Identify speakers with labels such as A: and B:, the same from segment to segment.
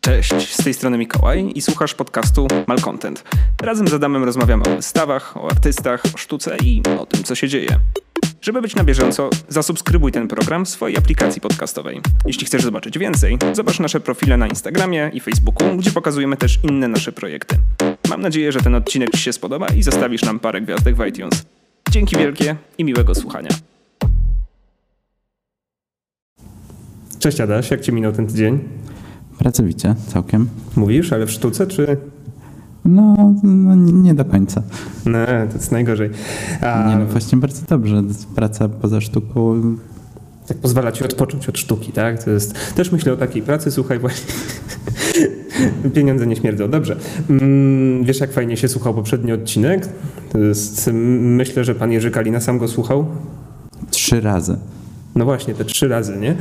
A: Cześć, z tej strony Mikołaj i słuchasz podcastu Malcontent. Razem z Adamem rozmawiamy o wystawach, o artystach, o sztuce i o tym, co się dzieje. Żeby być na bieżąco, zasubskrybuj ten program w swojej aplikacji podcastowej. Jeśli chcesz zobaczyć więcej, zobacz nasze profile na Instagramie i Facebooku, gdzie pokazujemy też inne nasze projekty. Mam nadzieję, że ten odcinek Ci się spodoba i zostawisz nam parę gwiazdek w iTunes. Dzięki wielkie i miłego słuchania. Cześć Adaś, jak Ci minął ten tydzień?
B: Pracowicie, całkiem.
A: Mówisz, ale w sztuce czy...
B: No nie do końca.
A: No, to jest najgorzej.
B: Nie, no właśnie bardzo dobrze. Praca poza sztuką...
A: Tak pozwala Ci odpocząć od sztuki, tak? To jest... Też myślę o takiej pracy, słuchaj właśnie... Pieniądze nie śmierdzą. Dobrze. Wiesz, jak fajnie się słuchał poprzedni odcinek? To jest... Myślę, że pan Jerzy Kalina sam go słuchał.
B: 3 razy.
A: No właśnie, te 3 razy, nie?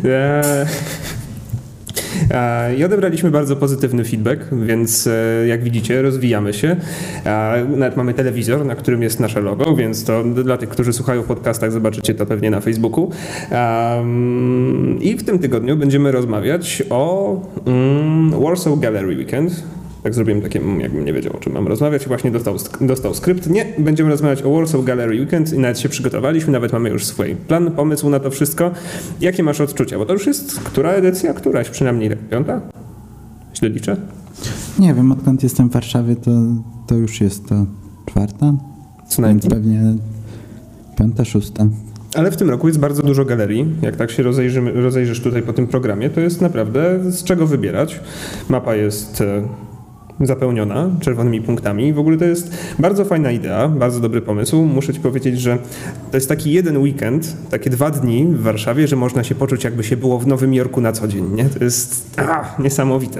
A: I odebraliśmy bardzo pozytywny feedback, więc jak widzicie, rozwijamy się. Nawet mamy telewizor, na którym jest nasze logo, więc to dla tych, którzy słuchają w podcastach, zobaczycie to pewnie na Facebooku. I w tym tygodniu będziemy rozmawiać o Warsaw Gallery Weekend. Tak zrobiłem takie, jakbym nie wiedział, o czym mam rozmawiać. Właśnie dostał skrypt. Nie, będziemy rozmawiać o Warsaw Gallery Weekend i nawet się przygotowaliśmy, nawet mamy już swój plan, pomysł na to wszystko. Jakie masz odczucia? Bo to już jest która edycja? Któraś, przynajmniej 5? Źle liczę?
B: Nie wiem, odkąd jestem w Warszawie, to już jest to 4.
A: Co najmniej.
B: Więc pewnie 5, 6.
A: Ale w tym roku jest bardzo dużo galerii. Jak tak się rozejrzysz tutaj po tym programie, to jest naprawdę z czego wybierać. Mapa jest zapełniona czerwonymi punktami. W ogóle to jest bardzo fajna idea, bardzo dobry pomysł. Muszę Ci powiedzieć, że to jest taki jeden weekend, takie 2 dni w Warszawie, że można się poczuć, jakby się było w Nowym Jorku na co dzień. Nie? To jest niesamowite.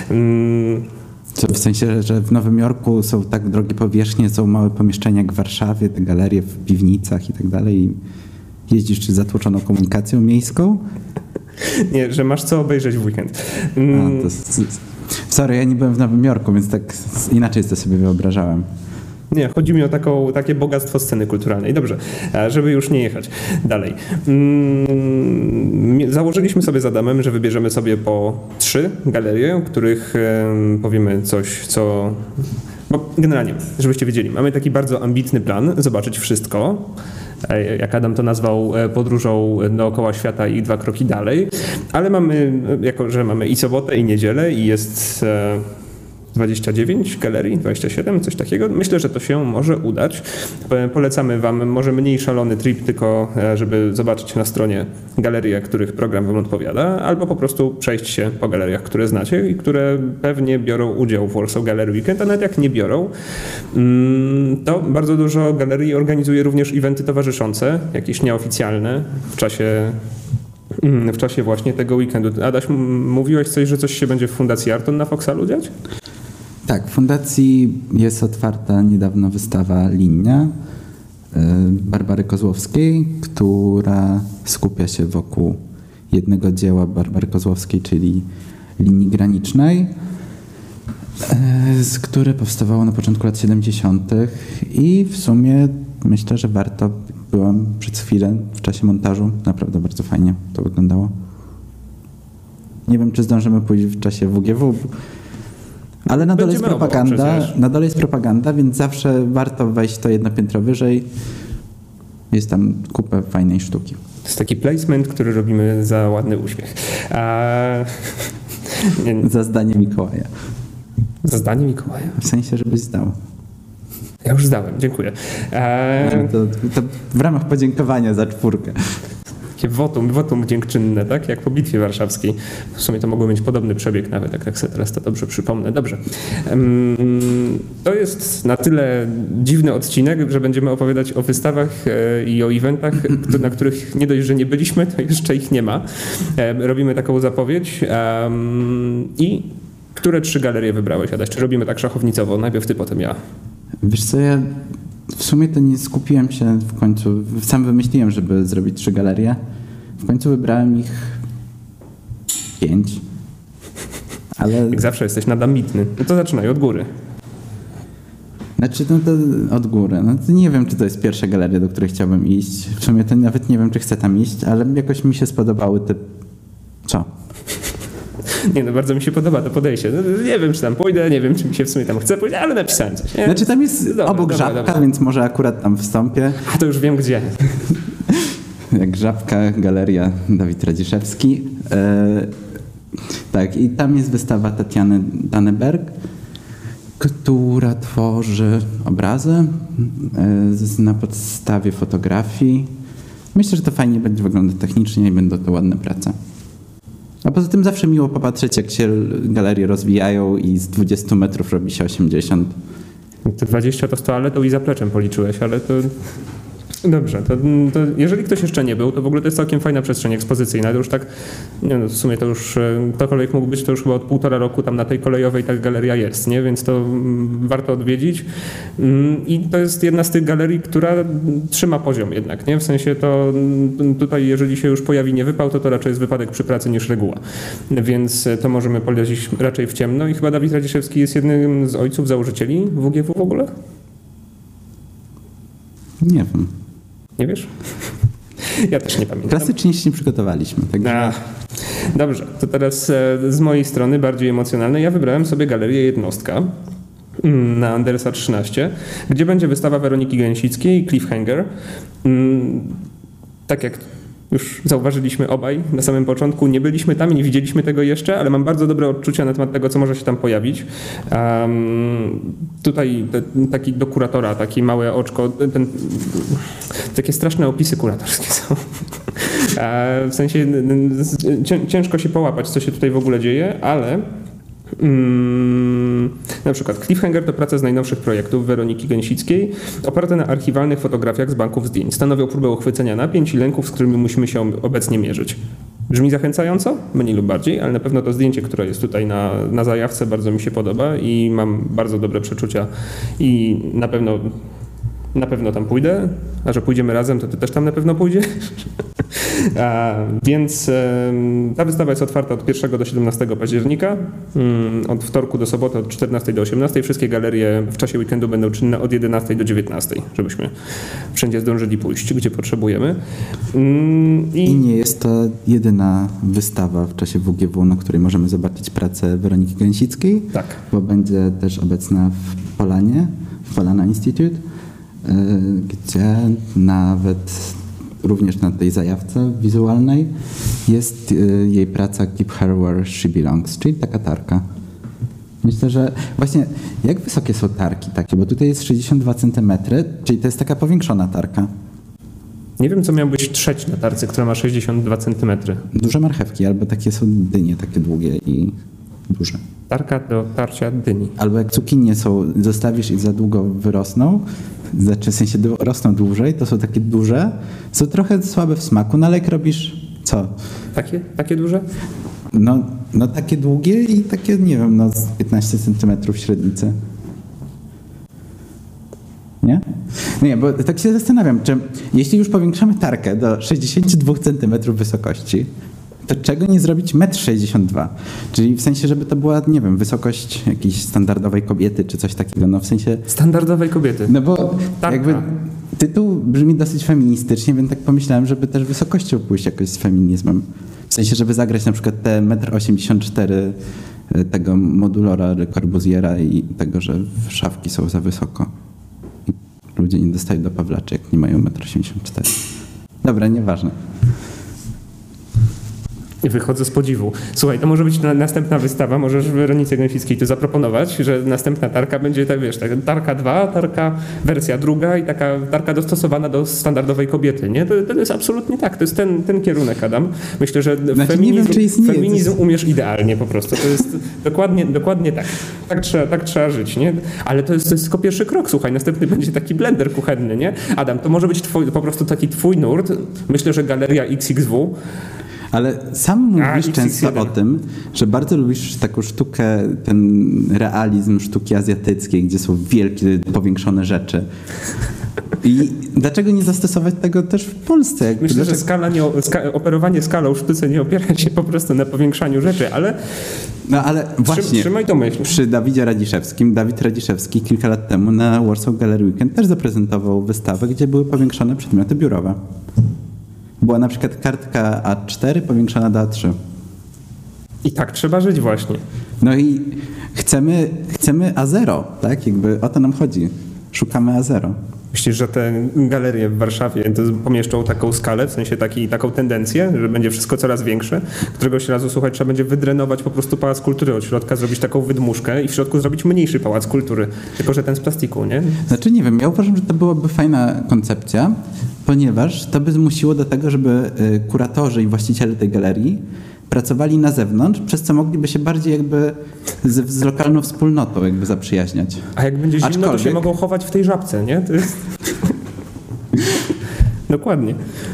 B: W sensie, że w Nowym Jorku są tak drogie powierzchnie, są małe pomieszczenia jak w Warszawie, te galerie w piwnicach i tak dalej. Jeździsz czy zatłoczoną komunikacją miejską?
A: Nie, że masz co obejrzeć w weekend.
B: Sorry, ja nie byłem w Nowym Jorku, więc tak inaczej to sobie wyobrażałem.
A: Nie, chodzi mi o takie bogactwo sceny kulturalnej. Dobrze, żeby już nie jechać dalej. Założyliśmy sobie z Adamem, że wybierzemy sobie po 3 galerie, o których powiemy coś, co... Bo generalnie, żebyście wiedzieli, mamy taki bardzo ambitny plan, zobaczyć wszystko. Jak Adam to nazwał, podróżą dookoła świata i 2 kroki dalej. Ale mamy, jako że mamy i sobotę, i niedzielę i jest 29 galerii, 27, coś takiego. Myślę, że to się może udać. Polecamy Wam może mniej szalony trip, tylko żeby zobaczyć na stronie galerie, których program Wam odpowiada, albo po prostu przejść się po galeriach, które znacie i które pewnie biorą udział w Warsaw Gallery Weekend, a nawet jak nie biorą, to bardzo dużo galerii organizuje również eventy towarzyszące, jakieś nieoficjalne w czasie właśnie tego weekendu. Adaś, mówiłeś coś, że coś się będzie w Fundacji Arton na Foxalu dziać?
B: Tak, w Fundacji jest otwarta niedawno wystawa Linia Barbary Kozłowskiej, która skupia się wokół jednego dzieła Barbary Kozłowskiej, czyli Linii Granicznej, które powstawało na początku lat 70. i w sumie myślę, że warto. Byłam przez chwilę w czasie montażu, naprawdę bardzo fajnie to wyglądało. Nie wiem, czy zdążymy pójść w czasie WGW, ale na dole jest propaganda, więc zawsze warto wejść to 1 piętro wyżej. Jest tam kupę fajnej sztuki.
A: To jest taki placement, który robimy za ładny uśmiech.
B: Za zdanie Mikołaja.
A: Za zdanie Mikołaja?
B: W sensie, żebyś zdał.
A: Ja już zdałem, dziękuję.
B: To w ramach podziękowania za 4.
A: Takie wotum dziękczynne, tak? Jak po Bitwie Warszawskiej. W sumie to mogło mieć podobny przebieg nawet, jak sobie teraz to dobrze przypomnę. Dobrze. To jest na tyle dziwny odcinek, że będziemy opowiadać o wystawach i o eventach, na których nie dość, że nie byliśmy, to jeszcze ich nie ma. Robimy taką zapowiedź. I które 3 galerie wybrałeś, Adaś? Czy robimy tak szachownicowo? Najpierw ty, potem ja.
B: Wiesz co, ja w sumie to nie skupiłem się w końcu, sam wymyśliłem, żeby zrobić 3 galerie. W końcu wybrałem ich 5. Ale...
A: Jak zawsze jesteś nadambitny. No to zaczynaj od góry.
B: Znaczy, no to od góry. No to nie wiem, czy to jest pierwsza galeria, do której chciałbym iść. W sumie to nawet nie wiem, czy chcę tam iść, ale jakoś mi się spodobały te... Co?
A: Nie no, bardzo mi się podoba to podejście. No, nie wiem, czy tam pójdę, nie wiem, czy mi się w sumie tam chce pójść, ale napisałem coś. Nie?
B: Znaczy tam jest
A: Dobra,
B: obok
A: dobra,
B: Żabka,
A: dobra.
B: więc może akurat tam wstąpię.
A: A to już wiem gdzie.
B: Jak Żabka, Galeria Dawid Radziszewski. Tak, i tam jest wystawa Tatiany Danneberg, która tworzy obrazy na podstawie fotografii. Myślę, że to fajnie będzie wyglądać technicznie i będą to ładne prace. A poza tym zawsze miło popatrzeć, jak się galerie rozwijają i z 20 metrów robi się 80.
A: Te 20 to z toaletą i zapleczem policzyłeś, ale to... Dobrze, to jeżeli ktoś jeszcze nie był, to w ogóle to jest całkiem fajna przestrzeń ekspozycyjna. To już tak, nie no, w sumie to już, ktokolwiek mógł być, to już chyba od 1,5 roku tam na tej kolejowej ta galeria jest, nie? Więc to warto odwiedzić. I to jest jedna z tych galerii, która trzyma poziom jednak, nie? W sensie to tutaj, jeżeli się już pojawi niewypał, to raczej jest wypadek przy pracy niż reguła. Więc to możemy polecić raczej w ciemno i chyba Dawid Radziszewski jest jednym z ojców założycieli WGW w ogóle?
B: Nie wiem.
A: Nie wiesz? Ja też nie pamiętam.
B: Klasycznie się nie przygotowaliśmy. Także...
A: Dobrze, to teraz z mojej strony bardziej emocjonalnej. Ja wybrałem sobie galerię Jednostka na Andersa 13, gdzie będzie wystawa Weroniki Gęsickiej i Cliffhanger. Tak jak już zauważyliśmy obaj na samym początku, nie byliśmy tam i nie widzieliśmy tego jeszcze, ale mam bardzo dobre odczucia na temat tego, co może się tam pojawić. Tutaj taki do kuratora, takie małe oczko, takie straszne opisy kuratorskie są. W sensie ciężko się połapać, co się tutaj w ogóle dzieje, ale na przykład Cliffhanger to praca z najnowszych projektów Weroniki Gęsickiej, oparte na archiwalnych fotografiach z banków zdjęć. Stanowią próbę uchwycenia napięć i lęków, z którymi musimy się obecnie mierzyć. Brzmi zachęcająco? Mniej lub bardziej, ale na pewno to zdjęcie, które jest tutaj na zajawce, bardzo mi się podoba i mam bardzo dobre przeczucia i na pewno tam pójdę, a że pójdziemy razem, to ty też tam na pewno pójdziesz. Więc ta wystawa jest otwarta od 1 do 17 października, od wtorku do soboty od 14 do 18. Wszystkie galerie w czasie weekendu będą czynne od 11 do 19, żebyśmy wszędzie zdążyli pójść, gdzie potrzebujemy.
B: I nie jest to jedyna wystawa w czasie WGW, na której możemy zobaczyć pracę Weroniki Gęsickiej,
A: Tak.
B: bo będzie też obecna w Polanie, w Polana Institute, gdzie nawet również na tej zajawce wizualnej jest jej praca Keep Her Where She Belongs, czyli taka tarka. Myślę, że właśnie jak wysokie są tarki takie, bo tutaj jest 62 cm, czyli to jest taka powiększona tarka.
A: Nie wiem, co miał być trzeć na tarce, która ma 62 cm.
B: Duże marchewki, albo takie są dynie, takie długie i duże.
A: Tarka do tarcia dyni.
B: Albo jak cukinie są, zostawisz i za długo wyrosną, znaczy w sensie rosną dłużej, to są takie duże, są trochę słabe w smaku, no ale jak robisz co?
A: Takie duże?
B: No takie długie i takie, nie wiem, no z 15 cm średnicy. Nie? Nie, bo tak się zastanawiam, czy jeśli już powiększamy tarkę do 62 cm wysokości, to czego nie zrobić 1,62 m? Czyli w sensie, żeby to była, nie wiem, wysokość jakiejś standardowej kobiety, czy coś takiego, no w sensie...
A: Standardowej kobiety.
B: No bo
A: Tarka.
B: jakby tytuł brzmi dosyć feministycznie, więc tak pomyślałem, żeby też wysokością pójść jakoś z feminizmem. W sensie, żeby zagrać na przykład te 1,84 m tego modulora Le Corbusiera i tego, że szafki są za wysoko. I ludzie nie dostają do pawlaczy, jak nie mają 1,84 m. Dobra, nieważne.
A: Wychodzę z podziwu. Słuchaj, to może być następna wystawa, możesz Weronice Gęsickiej tu zaproponować, że następna tarka będzie, tak wiesz, tak, tarka 2, tarka wersja druga i taka tarka dostosowana do standardowej kobiety, nie? To jest absolutnie tak, to jest ten kierunek, Adam. Myślę, że feminizm umiesz idealnie po prostu. To jest dokładnie tak. Tak trzeba żyć, nie? Ale to jest tylko pierwszy krok, słuchaj, następny będzie taki blender kuchenny, nie? Adam, to może być po prostu taki twój nurt. Myślę, że Galeria XXW.
B: Ale sam mówisz często o tym, że bardzo lubisz taką sztukę, ten realizm sztuki azjatyckiej, gdzie są wielkie, powiększone rzeczy. I dlaczego nie zastosować tego też w Polsce?
A: Myślę, że operowanie skalą w sztuce nie opiera się po prostu na powiększaniu rzeczy, ale...
B: No ale właśnie,
A: trzymaj to myśl.
B: Przy Dawidzie Radziszewskim, Dawid Radziszewski kilka lat temu na Warsaw Gallery Weekend też zaprezentował wystawę, gdzie były powiększone przedmioty biurowe. Była na przykład kartka A4 powiększona do A3.
A: I tak trzeba żyć właśnie.
B: No i chcemy A0, tak? Jakby o to nam chodzi. Szukamy A0.
A: Myślisz, że te galerie w Warszawie to pomieszczą taką skalę, w sensie taką tendencję, że będzie wszystko coraz większe? Któregoś razu, słuchaj, trzeba będzie wydrenować po prostu Pałac Kultury od środka, zrobić taką wydmuszkę i w środku zrobić mniejszy Pałac Kultury, tylko że ten z plastiku, nie?
B: Znaczy nie wiem, ja uważam, że to byłaby fajna koncepcja, ponieważ to by zmusiło do tego, żeby kuratorzy i właściciele tej galerii pracowali na zewnątrz, przez co mogliby się bardziej jakby z lokalną wspólnotą jakby zaprzyjaźniać.
A: A jak będzie zimno, to się mogą chować w tej żabce, nie? To jest... Dokładnie.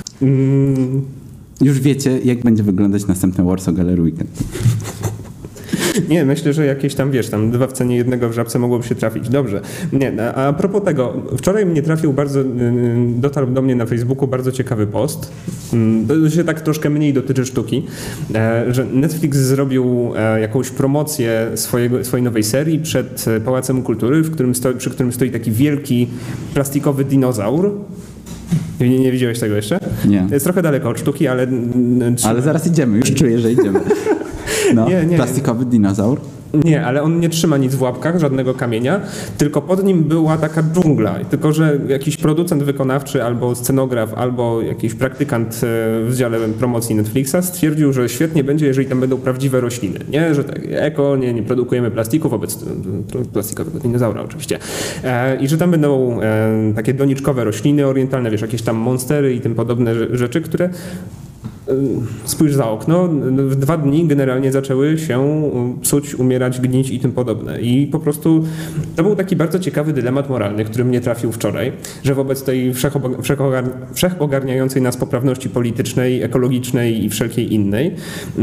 B: Już wiecie, jak będzie wyglądać następny Warsaw Gallery Weekend.
A: Nie, myślę, że jakieś tam, wiesz, tam 2 w cenie jednego w żabce mogłoby się trafić. Dobrze. Nie, a propos tego, wczoraj mnie trafił dotarł do mnie na Facebooku bardzo ciekawy post. To się tak troszkę mniej dotyczy sztuki, że Netflix zrobił jakąś promocję swojej nowej serii przed Pałacem Kultury, przy którym stoi taki wielki plastikowy dinozaur. Nie widziałeś tego jeszcze?
B: Nie.
A: To jest trochę daleko od sztuki, ale...
B: Ale zaraz idziemy, już czuję, że idziemy. No,
A: nie.
B: plastikowy dinozaur.
A: Nie, ale on nie trzyma nic w łapkach, żadnego kamienia, tylko pod nim była taka dżungla. Tylko że jakiś producent wykonawczy, albo scenograf, albo jakiś praktykant w dziale promocji Netflixa stwierdził, że świetnie będzie, jeżeli tam będą prawdziwe rośliny. Nie, że tak eko, nie produkujemy plastiku wobec plastikowego dinozaura oczywiście. I że tam będą takie doniczkowe rośliny orientalne, wiesz, jakieś tam monstery i tym podobne rzeczy, które... Spójrz za okno, w 2 dni generalnie zaczęły się psuć, umierać, gnić i tym podobne. I po prostu to był taki bardzo ciekawy dylemat moralny, który mnie trafił wczoraj, że wobec tej wszechogarniającej nas poprawności politycznej, ekologicznej i wszelkiej innej,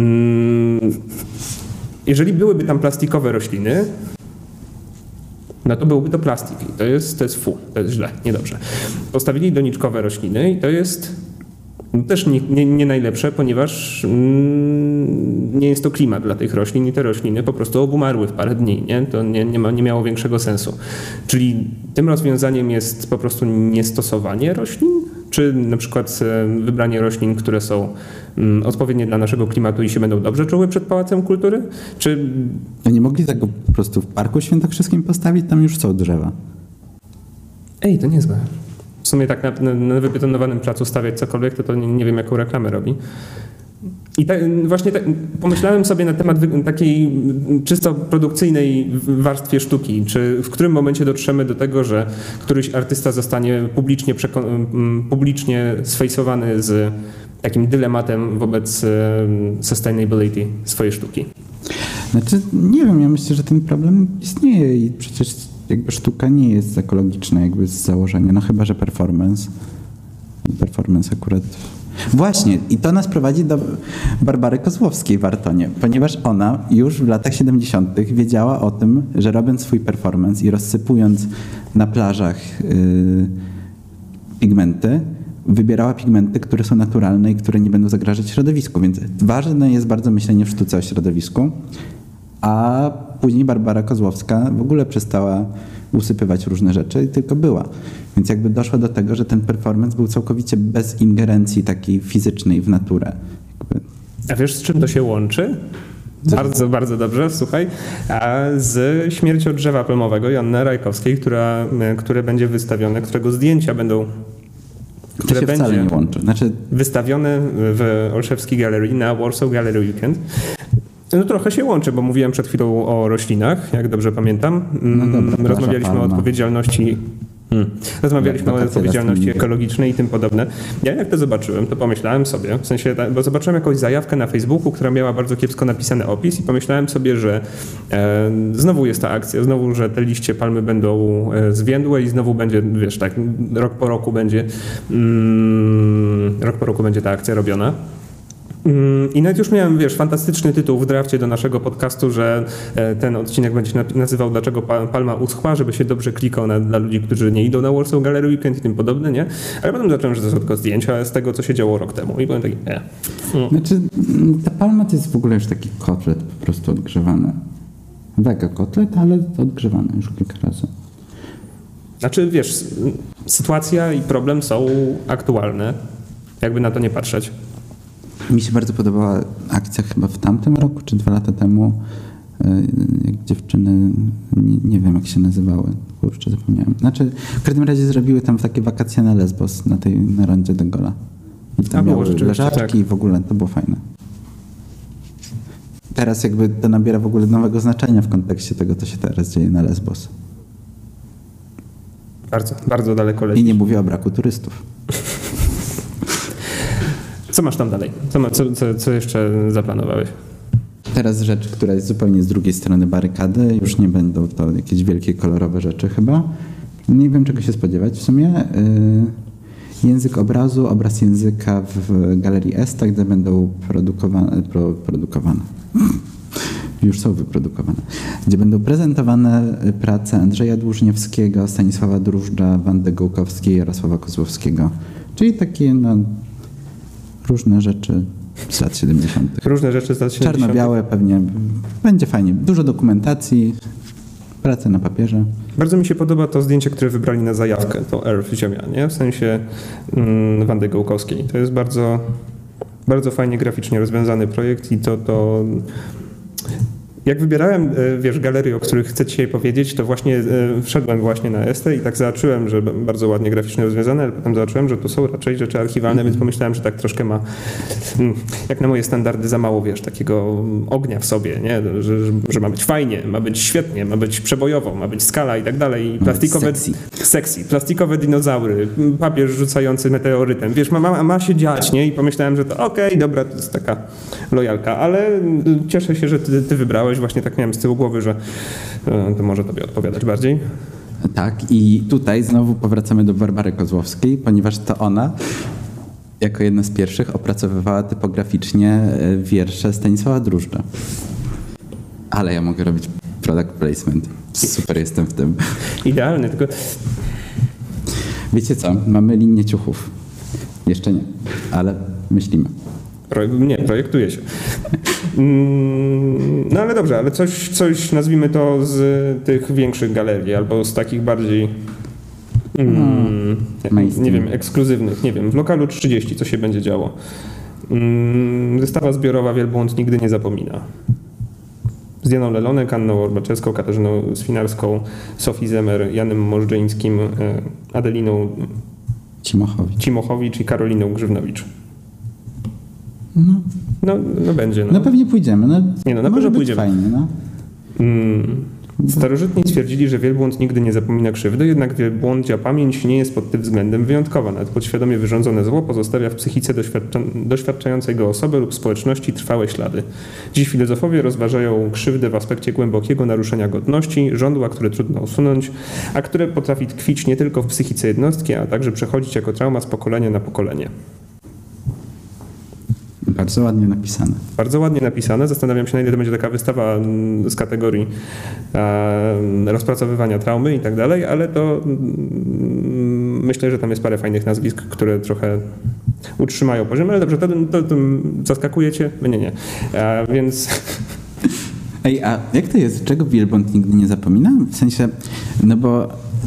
A: jeżeli byłyby tam plastikowe rośliny, no to byłby to plastik i to jest to jest źle, niedobrze. Postawili doniczkowe rośliny i to jest też nie najlepsze, ponieważ nie jest to klimat dla tych roślin i te rośliny po prostu obumarły w parę dni. Nie? To nie miało większego sensu. Czyli tym rozwiązaniem jest po prostu niestosowanie roślin? Czy na przykład wybranie roślin, które są odpowiednie dla naszego klimatu i się będą dobrze czuły przed Pałacem Kultury? Czy...
B: Nie mogli tego po prostu w Parku Świętokrzyskim postawić? Tam już są drzewa.
A: Ej, to niezłe. W sumie tak na wybetonowanym placu stawiać cokolwiek, to nie wiem, jaką reklamę robi. I właśnie pomyślałem sobie na temat takiej czysto produkcyjnej warstwie sztuki. Czy w którym momencie dotrzemy do tego, że któryś artysta zostanie publicznie sfejsowany z takim dylematem wobec sustainability swojej sztuki?
B: Znaczy, nie wiem, ja myślę, że ten problem istnieje i przecież jakby sztuka nie jest ekologiczna jakby z założenia, no chyba, że performance akurat... Właśnie, i to nas prowadzi do Barbary Kozłowskiej w Artonie, ponieważ ona już w latach 70. wiedziała o tym, że robiąc swój performance i rozsypując na plażach pigmenty, wybierała pigmenty, które są naturalne i które nie będą zagrażać środowisku, więc ważne jest bardzo myślenie w sztuce o środowisku, a później Barbara Kozłowska w ogóle przestała usypywać różne rzeczy i tylko była. Więc jakby doszło do tego, że ten performance był całkowicie bez ingerencji takiej fizycznej w naturę.
A: A wiesz, z czym to się łączy? Bardzo, bardzo dobrze, słuchaj. A z śmiercią drzewa palmowego Joanny Rajkowskiej, które będzie wystawione, którego zdjęcia będą...
B: To się wcale nie łączy. Znaczy...
A: wystawione w Olszewskiej Galerii na Warsaw Gallery Weekend. No trochę się łączy, bo mówiłem przed chwilą o roślinach, jak dobrze pamiętam.
B: No dobra,
A: rozmawialiśmy o odpowiedzialności. Rozmawialiśmy o odpowiedzialności ekologicznej i tym podobne. Ja jak to zobaczyłem, to pomyślałem sobie, w sensie, bo zobaczyłem jakąś zajawkę na Facebooku, która miała bardzo kiepsko napisany opis i pomyślałem sobie, że znowu jest ta akcja, znowu, że te liście palmy będą zwiędłe i znowu będzie, wiesz, tak, rok po roku będzie ta akcja robiona. I nawet już miałem, wiesz, fantastyczny tytuł w drafcie do naszego podcastu, że ten odcinek będzie się nazywał Dlaczego Palma uschła, żeby się dobrze klikał dla ludzi, którzy nie idą na Warsaw Gallery Weekend i tym podobne, nie? Ale potem zacząłem, że to są tylko zdjęcia z tego, co się działo rok temu i byłem taki,
B: Znaczy, ta palma to jest w ogóle już taki kotlet po prostu odgrzewany. Wega kotlet, ale odgrzewany już kilka razy.
A: Znaczy, wiesz, sytuacja i problem są aktualne, jakby na to nie patrzeć.
B: Mi się bardzo podobała akcja chyba w tamtym roku, czy 2 lata temu, jak dziewczyny, nie wiem jak się nazywały, kurczę zapomniałem. Znaczy, w każdym razie zrobiły tam takie wakacje na Lesbos, na rondzie de Gaula. I tam
A: było
B: miały
A: rzeczywiście,
B: leżaczki
A: tak.
B: i w ogóle to było fajne. Teraz jakby to nabiera w ogóle nowego znaczenia w kontekście tego, co się teraz dzieje na Lesbos.
A: Bardzo, bardzo daleko leci.
B: I nie mówię o braku turystów.
A: Co masz tam dalej? Co jeszcze zaplanowałeś?
B: Teraz rzecz, która jest zupełnie z drugiej strony barykady. Już nie będą to jakieś wielkie, kolorowe rzeczy chyba. Nie wiem, czego się spodziewać w sumie. Język obrazu, obraz języka w Galerii Esta, gdzie będą produkowane. Już są wyprodukowane. Gdzie będą prezentowane prace Andrzeja Dłużniewskiego, Stanisława Drużdża, Wandy Gołkowskiej, Jarosława Kozłowskiego. Czyli takie różne rzeczy z lat 70.
A: Różne rzeczy z lat 70.
B: Czarno-białe pewnie. Będzie fajnie. Dużo dokumentacji, prace na papierze.
A: Bardzo mi się podoba to zdjęcie, które wybrali na zajawkę, to Earth, Ziemia, nie? W sensie Wandy Gołkowskiej. To jest bardzo, bardzo fajnie graficznie rozwiązany projekt i to jak wybierałem, galerie, o których chcę dzisiaj powiedzieć, to właśnie wszedłem właśnie na Estę i tak zobaczyłem, że bardzo ładnie graficznie rozwiązane, ale potem zobaczyłem, że to są raczej rzeczy archiwalne, więc pomyślałem, że tak troszkę ma, jak na moje standardy, za mało, takiego ognia w sobie, nie? Że ma być fajnie, ma być świetnie, ma być przebojowo, ma być skala i tak dalej. Plastikowe, sexy, plastikowe dinozaury, papież rzucający meteorytem, ma się dziać, nie? I pomyślałem, że to okej, dobra, to jest taka lojalka, ale cieszę się, że ty wybrałeś. Właśnie tak miałem z tyłu głowy, że to może tobie odpowiadać bardziej.
B: Tak, i tutaj znowu powracamy do Barbary Kozłowskiej, ponieważ to ona jako jedna z pierwszych opracowywała typograficznie wiersze Stanisława Drużdża. Ale ja mogę robić product placement. Super jestem w tym.
A: Idealny, tylko...
B: Wiecie co? Mamy linię ciuchów. Jeszcze nie, ale myślimy.
A: Projektuje się. No ale dobrze, ale coś nazwijmy to z tych większych galerii, albo z takich bardziej nie wiem, ekskluzywnych. Nie wiem, w lokalu 30 co się będzie działo. Wystawa zbiorowa Wielbłąd nigdy nie zapomina. Z Janą Lelonek, Anną Orbaczewską, Katarzyną Swinarską, Sofii Zemer, Janem Możdżeńskim, Adeliną Cimochowicz i Karoliną Grzywnowicz. No będzie.
B: No pewnie pójdziemy.
A: Na pewno pójdziemy.
B: Fajnie, no.
A: Starożytni twierdzili, że wielbłąd nigdy nie zapomina krzywdy, jednak wielbłądzia pamięć nie jest pod tym względem wyjątkowa. Nawet podświadomie wyrządzone zło pozostawia w psychice doświadczającej go osoby lub społeczności trwałe ślady. Dziś filozofowie rozważają krzywdę w aspekcie głębokiego naruszenia godności, żądła, które trudno usunąć, a które potrafi tkwić nie tylko w psychice jednostki, a także przechodzić jako trauma z pokolenia na pokolenie.
B: Bardzo ładnie napisane.
A: Bardzo ładnie napisane. Zastanawiam się, na ile to będzie taka wystawa z kategorii rozpracowywania traumy i tak dalej, ale to myślę, że tam jest parę fajnych nazwisk, które trochę utrzymają poziom, ale dobrze, to zaskakuje cię? Nie. Więc...
B: Ej, a jak to jest? Czego wielbłąd nigdy nie zapomina? W sensie, no bo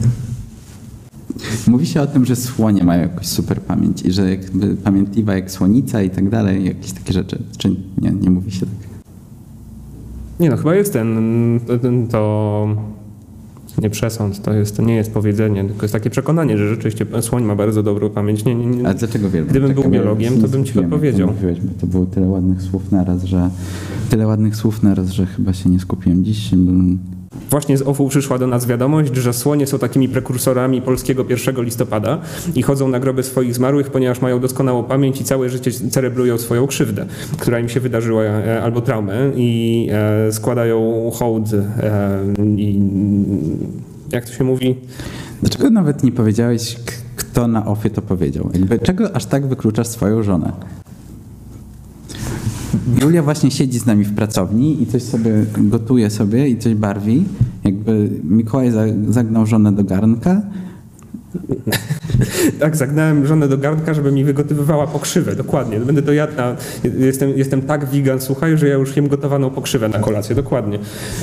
B: mówi się o tym, że słonie mają jakąś super pamięć i że jakby pamiętliwa jak słonica i tak dalej, jakieś takie rzeczy. Czy nie mówi się tak?
A: Nie no, chyba jest to nie przesąd, to nie jest powiedzenie, tylko jest takie przekonanie, że rzeczywiście słoń ma bardzo dobrą pamięć. Nie.
B: A dlaczego wielbłąd?
A: Gdybym był biologiem, to bym ci odpowiedział.
B: Mówiłeś, bo to było tyle ładnych słów naraz, że chyba się nie skupiłem dziś.
A: Właśnie z OFU przyszła do nas wiadomość, że słonie są takimi prekursorami polskiego 1 listopada i chodzą na groby swoich zmarłych, ponieważ mają doskonałą pamięć i całe życie celebrują swoją krzywdę, która im się wydarzyła, albo traumę, i składają hołd i jak to się mówi?
B: Dlaczego nawet nie powiedziałeś, kto na OFie to powiedział? Jakby, czego aż tak wykluczasz swoją żonę? Julia właśnie siedzi z nami w pracowni i coś sobie gotuje sobie i coś barwi. Jakby Mikołaj zagnał żonę do garnka.
A: Tak, zagnałem żonę do garnka, żeby mi wygotowywała pokrzywę, dokładnie. Będę to jadł jestem tak wegan, słuchaj, że ja już jem gotowaną pokrzywę na kolację, dokładnie.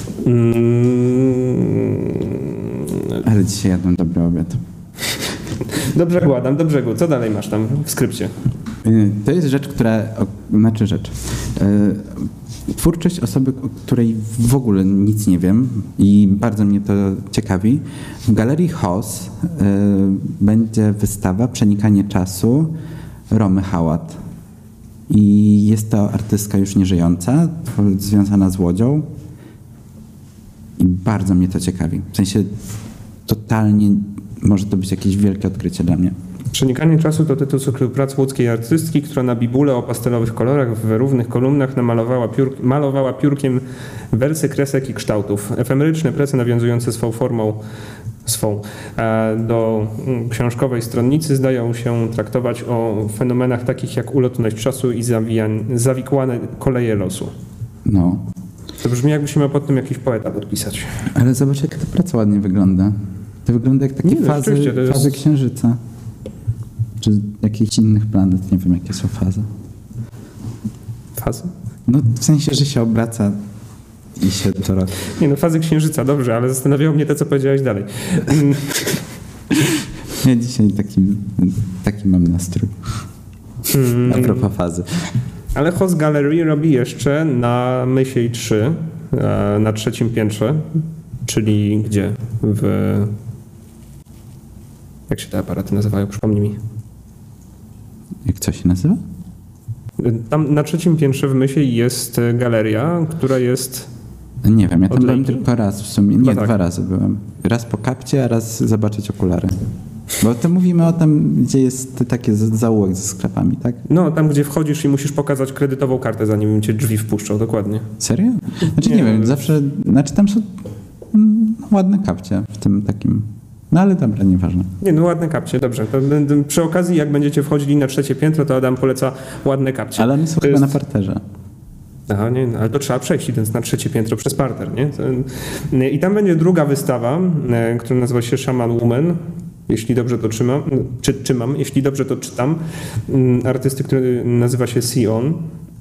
B: Ale dzisiaj jadłem dobry obiad.
A: Do brzegu, Adam, do brzegu. Co dalej masz tam w skrypcie?
B: To jest rzecz, znaczy rzecz. Twórczość osoby, o której w ogóle nic nie wiem i bardzo mnie to ciekawi. W Galerii HOS będzie wystawa Przenikanie czasu Romy Hałat. I jest to artystka już nieżyjąca, związana z Łodzią. I bardzo mnie to ciekawi. W sensie totalnie może to być jakieś wielkie odkrycie dla mnie.
A: Przenikanie czasu to tytuł cyklu prac łódzkiej artystki, która na bibule o pastelowych kolorach w równych kolumnach malowała piórkiem wersy kresek i kształtów. Efemeryczne prace nawiązujące swą formą do książkowej stronnicy zdają się traktować o fenomenach takich jak ulotność czasu i zawikłane koleje losu.
B: No.
A: To brzmi, jakby się miał pod tym jakiś poeta podpisać.
B: Ale zobacz, jak ta praca ładnie wygląda. To wygląda jak takie
A: Nie, rzeczywiście, to jest-
B: fazy księżyca. Czy jakichś innych planet. Nie wiem, jakie są fazy.
A: Fazy?
B: No w sensie, że się obraca i się to robi.
A: Nie no, fazy księżyca, dobrze, ale zastanawiało mnie to, co powiedziałeś dalej.
B: Ja dzisiaj taki mam nastrój. A propos fazy.
A: Ale Host Gallery robi jeszcze na Mysiej 3, na 3. piętrze, czyli gdzie? Jak się te aparaty nazywają? Przypomnij mi.
B: Jak co się nazywa?
A: Tam na 3. piętrze w Mysiej jest galeria, która jest...
B: Nie wiem, ja tam byłem
A: Odlejki?
B: tylko raz w sumie. Nie,
A: No tak.
B: 2 razy byłem. Raz po kapcie, a raz zobaczyć okulary. Bo to mówimy o tym, gdzie jest taki zaułek ze sklepami, tak?
A: No, tam gdzie wchodzisz i musisz pokazać kredytową kartę, zanim cię drzwi wpuszczą, dokładnie.
B: Serio? Znaczy nie
A: Nie,
B: wiem,
A: no,
B: zawsze, znaczy tam są ładne kapcie w tym takim, no ale dobra, nieważne.
A: Nie, no ładne kapcie, dobrze. To przy okazji, jak będziecie wchodzili na 3. piętro, to Adam poleca ładne kapcie.
B: Ale one są
A: To
B: chyba
A: jest-
B: na parterze.
A: Aha, nie, no, ale to trzeba przejść, idąc na 3. piętro przez parter, nie? I tam będzie druga wystawa, która nazywa się Shaman Woman. Jeśli dobrze to czytam, jeśli dobrze to czytam, artysty, który nazywa się Sion.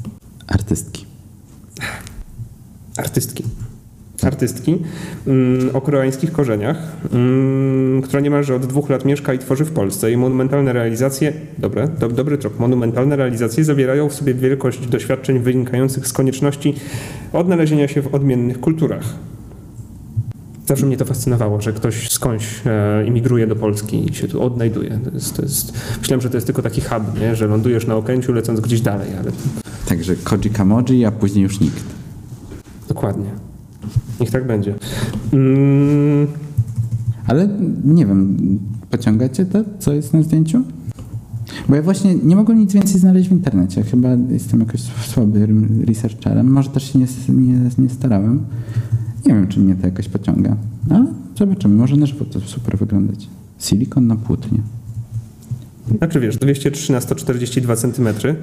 A: Artystki o koreańskich korzeniach, która niemalże od 2 lat mieszka i tworzy w Polsce. Jej monumentalne realizacje, dobry trop, monumentalne realizacje zawierają w sobie wielkość doświadczeń wynikających z konieczności odnalezienia się w odmiennych kulturach. Zawsze mnie to fascynowało, że ktoś skądś imigruje do Polski i się tu odnajduje. Myślałem, że to jest tylko taki hub, nie? Że lądujesz na Okęciu, lecąc gdzieś dalej, ale
B: Także Koji Kamoji, a później już nikt.
A: dokładnie. Niech tak będzie.
B: Ale nie wiem, pociągacie to, co jest na zdjęciu? Bo ja właśnie nie mogłem nic więcej znaleźć w internecie. Chyba jestem jakoś słabym researcherem. Może też się nie starałem. Nie wiem, czy mnie to jakoś pociąga. Ale zobaczymy. Może na żywo to super wyglądać. Silikon na płótnie.
A: Znaczy wiesz, 203 na 142 cm,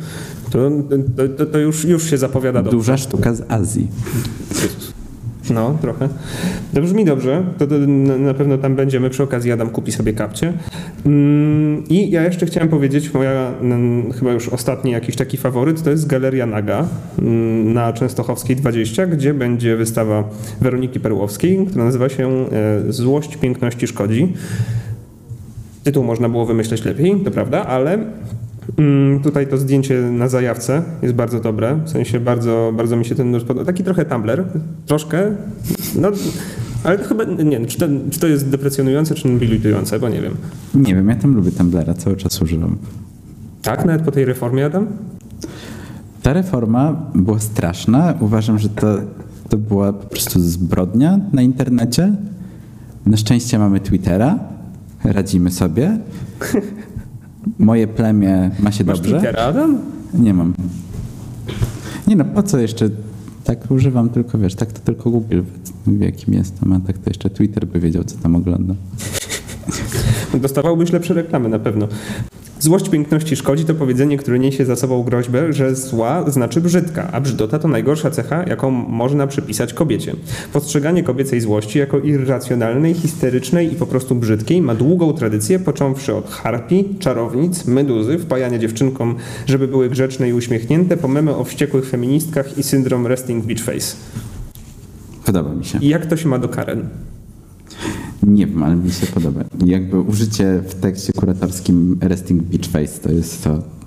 A: to już się zapowiada dobrze.
B: Duża sztuka z Azji.
A: No, trochę. To brzmi dobrze, to na pewno tam będziemy. Przy okazji Adam kupi sobie kapcie. I ja jeszcze chciałem powiedzieć, moja chyba już ostatni jakiś taki faworyt, to jest Galeria Naga na Częstochowskiej 20, gdzie będzie wystawa Weroniki Perłowskiej, która nazywa się Złość piękności szkodzi. Tytuł można było wymyśleć lepiej, to prawda, ale tutaj to zdjęcie na zajawce jest bardzo dobre, w sensie bardzo, bardzo mi się ten podoba. Taki trochę Tumblr, troszkę, no, ale to chyba, nie wiem, czy to jest deprecjonujące, czy nobilitujące, bo nie wiem.
B: Nie wiem, ja tam lubię Tumblera, cały czas używam.
A: Tak, nawet po tej reformie, Adam?
B: Ta reforma była straszna. Uważam, że to była po prostu zbrodnia na internecie. Na szczęście mamy Twittera. Radzimy sobie. Moje plemię ma się
A: Masz
B: dobrze.
A: Twittera, Adam?
B: Nie mam. Nie no, po co jeszcze? Tak używam tylko, wiesz, tak to tylko Google wie, kim jestem, a tak to jeszcze Twitter by wiedział, co tam oglądam.
A: Dostawałbyś lepsze reklamy na pewno. Złość piękności szkodzi to powiedzenie, które niesie za sobą groźbę, że zła znaczy brzydka, a brzydota to najgorsza cecha, jaką można przypisać kobiecie. Postrzeganie kobiecej złości jako irracjonalnej, histerycznej i po prostu brzydkiej ma długą tradycję, począwszy od harpii, czarownic, meduzy, wpajania dziewczynkom, żeby były grzeczne i uśmiechnięte, po memy o wściekłych feministkach i syndrom resting bitch face.
B: Podoba mi się.
A: I jak to się ma do Karen?
B: Nie wiem, ale mi się podoba. Jakby użycie w tekście kuratorskim resting bitch face to jest to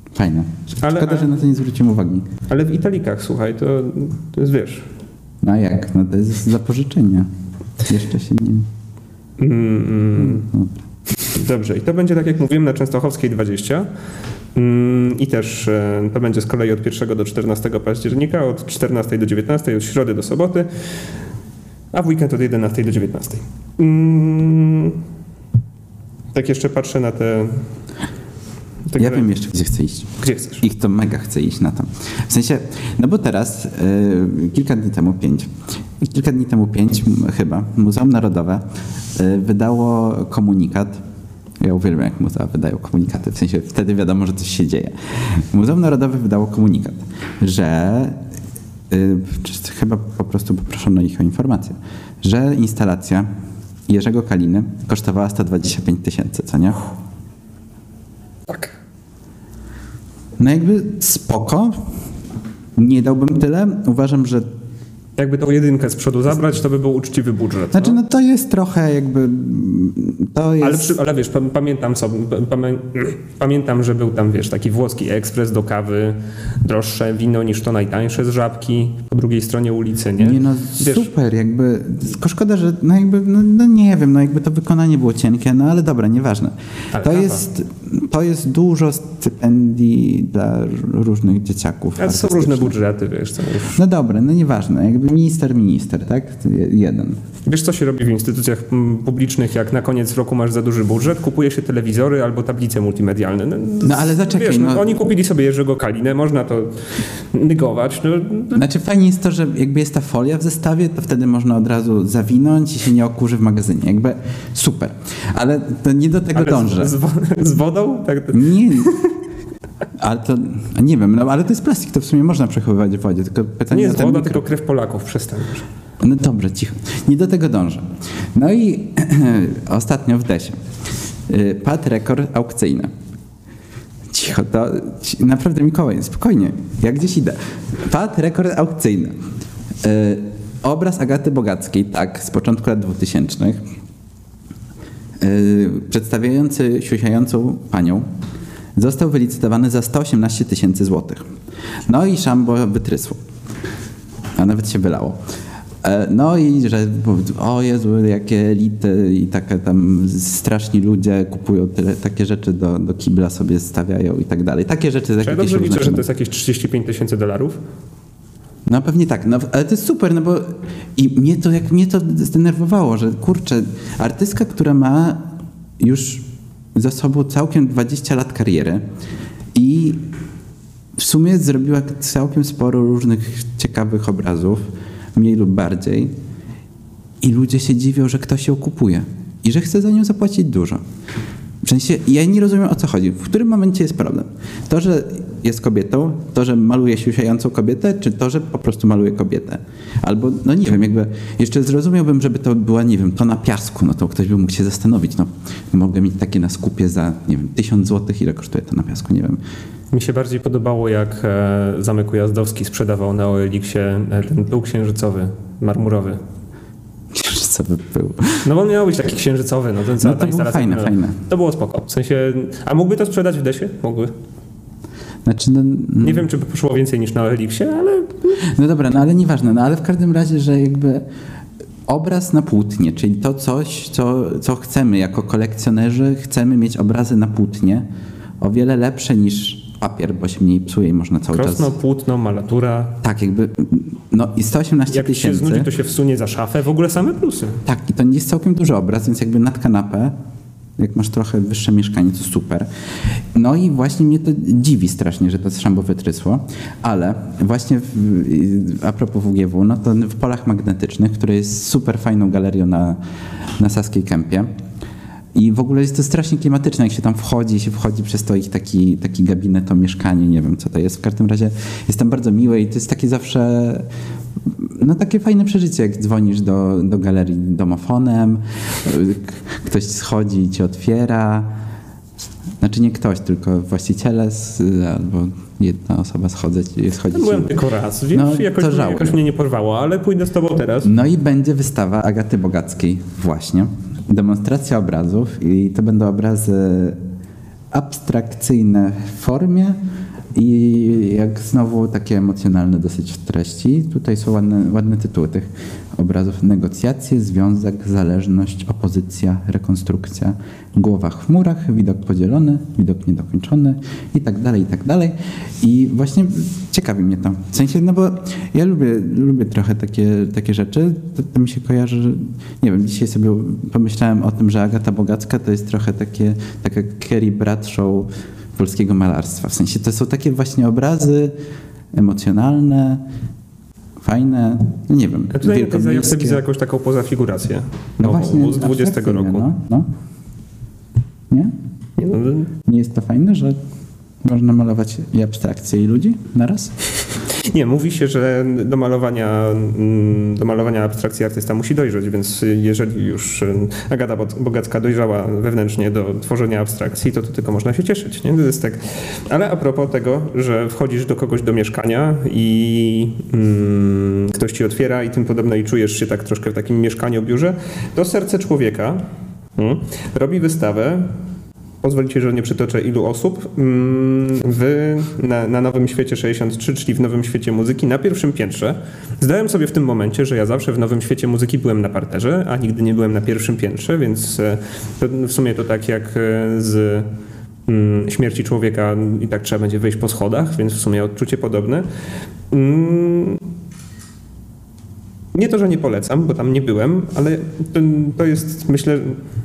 B: Fajne.
A: Ale-
B: Szkoda, że na to nie zwróciłem uwagi.
A: Ale w italikach, słuchaj, to jest, wiesz...
B: No a jak? No to jest zapożyczenie. Jeszcze się nie... Dobra.
A: Dobrze, i to będzie, tak jak mówiłem, na Częstochowskiej 20. I też to będzie z kolei od 1 do 14 października, od 14 do 19, od środy do soboty, a w weekend od 11 do 19. Tak jeszcze patrzę na te...
B: Ja wiem jeszcze, gdzie chcę iść.
A: Gdzie chcesz?
B: Ich to mega chce iść na to. W sensie, no bo teraz, kilka dni temu 5 chyba, Muzeum Narodowe wydało komunikat. Ja uwielbiam, jak muzea wydają komunikaty. W sensie, wtedy wiadomo, że coś się dzieje. Muzeum Narodowe wydało komunikat, że chyba po prostu poproszono ich o informację, że instalacja Jerzego Kaliny kosztowała 125 000, co nie?
A: Tak.
B: No jakby spoko. Nie dałbym tyle. Uważam, że...
A: Jakby tą jedynkę z przodu zabrać, to by był uczciwy budżet.
B: Znaczy, no to jest trochę jakby... To jest...
A: Ale wiesz, pamiętam, że był tam, wiesz, taki włoski ekspres do kawy, droższe wino niż to najtańsze z Żabki po drugiej stronie ulicy, nie?
B: Nie no,
A: wiesz,
B: super, jakby... Tylko szkoda, że no jakby, no nie wiem, no jakby to wykonanie było cienkie, no ale dobra, nieważne.
A: Ale
B: To jest dużo stypendii dla różnych dzieciaków.
A: ale są różne budżety, wiesz. Co już.
B: No dobra, no nieważne, jakby minister, tak? Jeden.
A: Wiesz, co się robi w instytucjach publicznych, jak na koniec roku masz za duży budżet? Kupuje się telewizory albo tablice multimedialne.
B: No ale zaczekaj,
A: wiesz,
B: no...
A: Oni kupili sobie Jerzego Kalinę, można to negować.
B: Znaczy fajnie jest to, że jakby jest ta folia w zestawie, to wtedy można od razu zawinąć i się nie okurzy w magazynie. Jakby super. Ale to nie do tego dążę.
A: Z wodą? Tak,
B: Nie. Ale to, nie wiem, no ale to jest plastik, to w sumie można przechowywać w wodzie. Tylko
A: to
B: pytanie
A: nie jest
B: o ten
A: woda,
B: mikro-
A: tylko krew Polaków, przestań.
B: No dobra, cicho. Nie do tego dążę. No i ostatnio w Desie padł rekord aukcyjny. Cicho, to naprawdę Mikołaj, spokojnie, jak gdzieś idę. Padł rekord aukcyjny. Obraz Agaty Bogackiej, tak, z początku lat 2000, przedstawiający siusiającą panią, został wylicytowany za 118 000 złotych. No i szambo wytrysło. A nawet się wylało. No i że o Jezu, jakie elity i takie tam straszni ludzie kupują takie rzeczy do kibla sobie stawiają i tak dalej. Takie rzeczy.
A: Czy ja dobrze liczę, że to jest jakieś $35 000?
B: No pewnie tak, no, ale to jest super, no bo i mnie to zdenerwowało, że kurczę, artystka, która ma już za sobą całkiem 20 lat kariery i w sumie zrobiła całkiem sporo różnych ciekawych obrazów, mniej lub bardziej, i ludzie się dziwią, że ktoś ją kupuje i że chce za nią zapłacić dużo. W sensie, ja nie rozumiem, o co chodzi. W którym momencie jest problem? To, że jest kobietą, to, że maluje siusiającą kobietę, czy to, że po prostu maluje kobietę? Albo, no nie wiem, jakby jeszcze zrozumiałbym, żeby to była, nie wiem, tona piasku, no to ktoś by mógł się zastanowić, no mogę mieć takie na skupie za, nie wiem, 1000 zł, ile kosztuje to na piasku, nie wiem.
A: Mi się bardziej podobało, jak Zamek Ujazdowski sprzedawał na OLX-ie ten dół księżycowy, marmurowy.
B: Co by było?
A: No bo on miał być taki księżycowy, no ten cała
B: No to
A: ta
B: było
A: instalacja.
B: fajne.
A: To było spoko. W sensie, a mógłby to sprzedać w Desie? Mógłby.
B: Znaczy, no,
A: Nie wiem, czy by poszło więcej niż na OLX-ie, ale...
B: no dobra, no ale nieważne, no ale w każdym razie, że jakby obraz na płótnie, czyli to coś, co chcemy jako kolekcjonerzy, chcemy mieć obrazy na płótnie o wiele lepsze niż papier, bo się mniej psuje i można cały
A: Krosno,
B: czas...
A: płótno, malatura.
B: Tak, jakby, no i 118
A: Jak ci się
B: 000...
A: znudzi, to się wsunie za szafę. W ogóle same plusy.
B: Tak, i to nie jest całkiem duży obraz, więc jakby nad kanapę, jak masz trochę wyższe mieszkanie, to super. No i właśnie mnie to dziwi strasznie, że to szambo wytrysło, ale właśnie a propos WGW, no to w Polach Magnetycznych, które jest super fajną galerią na Saskiej Kępie, i w ogóle jest to strasznie klimatyczne, jak się tam wchodzi przez to ich taki gabinet, to mieszkanie, nie wiem co to jest. W każdym razie jest tam bardzo miłe i to jest takie zawsze, no takie fajne przeżycie, jak dzwonisz do galerii domofonem, ktoś schodzi i ci otwiera. Znaczy nie ktoś, tylko właściciele albo jedna osoba schodzi
A: Ja byłem tylko raz, więc
B: No,
A: jakoś mnie nie porwało, ale pójdę z tobą teraz.
B: No i będzie wystawa Agaty Bogackiej właśnie. Demonstracja obrazów i to będą obrazy abstrakcyjne w formie, I jak znowu takie emocjonalne dosyć treści. Tutaj są ładne tytuły tych obrazów. Negocjacje, związek, zależność, opozycja, rekonstrukcja, głowa w chmurach, widok podzielony, widok niedokończony i tak dalej, i tak dalej. I właśnie ciekawi mnie to. W sensie, no bo ja lubię trochę takie rzeczy. To mi się kojarzy, że nie wiem, dzisiaj sobie pomyślałem o tym, że Agata Bogacka to jest trochę taka Carrie Bradshaw polskiego malarstwa. W sensie to są takie właśnie obrazy emocjonalne, fajne, no nie wiem,
A: Ja tutaj
B: wielkomiejskie.
A: widzę jakąś taką pozafigurację.
B: No właśnie,
A: z 20 roku.
B: No. Nie?
A: Nie, no,
B: Nie jest to fajne, że można malować i abstrakcje i ludzi naraz?
A: nie, mówi się, że do malowania abstrakcji artysta musi dojrzeć, więc jeżeli już Agata Bogacka dojrzała wewnętrznie do tworzenia abstrakcji, to tylko można się cieszyć. Nie? To jest tak. Ale a propos tego, że wchodzisz do kogoś do mieszkania i ktoś ci otwiera i tym podobne i czujesz się tak troszkę w takim mieszkaniu-biurze, to Serce człowieka robi wystawę. Pozwolicie, że nie przytoczę ilu osób, na Nowym Świecie 63, czyli w Nowym Świecie Muzyki, na pierwszym piętrze. Zdałem sobie w tym momencie, że ja zawsze w Nowym Świecie Muzyki byłem na parterze, a nigdy nie byłem na pierwszym piętrze, więc w sumie to tak jak z Śmierci człowieka i tak trzeba będzie wyjść po schodach, więc w sumie odczucie podobne. Nie to, że nie polecam, bo tam nie byłem, ale to jest, myślę,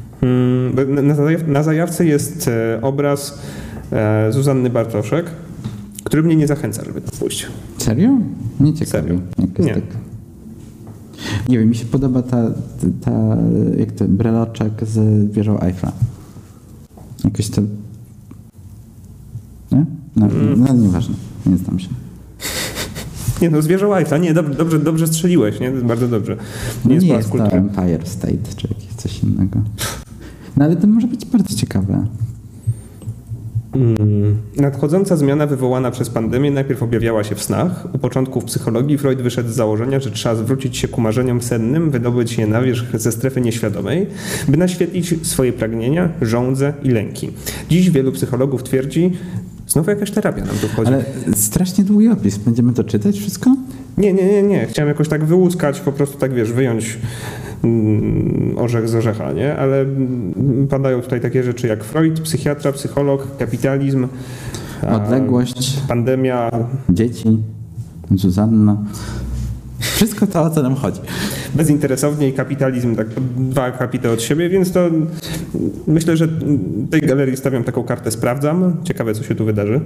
A: na zajawce jest obraz Zuzanny Bartoszek, który mnie nie zachęca, żeby tam pójść.
B: Serio? Nie ciekawi.
A: Serio. Nie.
B: Tak. Nie wiem, mi się podoba ta jak to, breloczek z wieżą Eiffla. Jakoś to... Nie? No nieważne, nie znam się.
A: Nie no, z wieżą Eiffla, nie, dobrze strzeliłeś, nie? Bardzo dobrze.
B: Nie
A: jest
B: jest to Empire State, czy jakieś coś innego. No ale to może być bardzo ciekawe.
A: Nadchodząca zmiana wywołana przez pandemię najpierw objawiała się w snach. U początków psychologii Freud wyszedł z założenia, że trzeba zwrócić się ku marzeniom sennym, wydobyć je na wierzch ze strefy nieświadomej, by naświetlić swoje pragnienia, żądze i lęki. Dziś wielu psychologów twierdzi, znowu jakaś terapia nam tu wchodzi.
B: Ale strasznie długi opis. Będziemy to czytać wszystko?
A: Nie. Chciałem jakoś tak wyłuskać, po prostu tak wiesz, wyjąć orzech z orzecha, nie? Ale padają tutaj takie rzeczy jak Freud, psychiatra, psycholog, kapitalizm,
B: Odległość,
A: pandemia,
B: dzieci, Zuzanna. Wszystko to, o co nam chodzi.
A: bezinteresownie i kapitalizm, tak dwa akapity od siebie, więc to myślę, że tej galerii stawiam taką kartę sprawdzam. Ciekawe, co się tu wydarzy.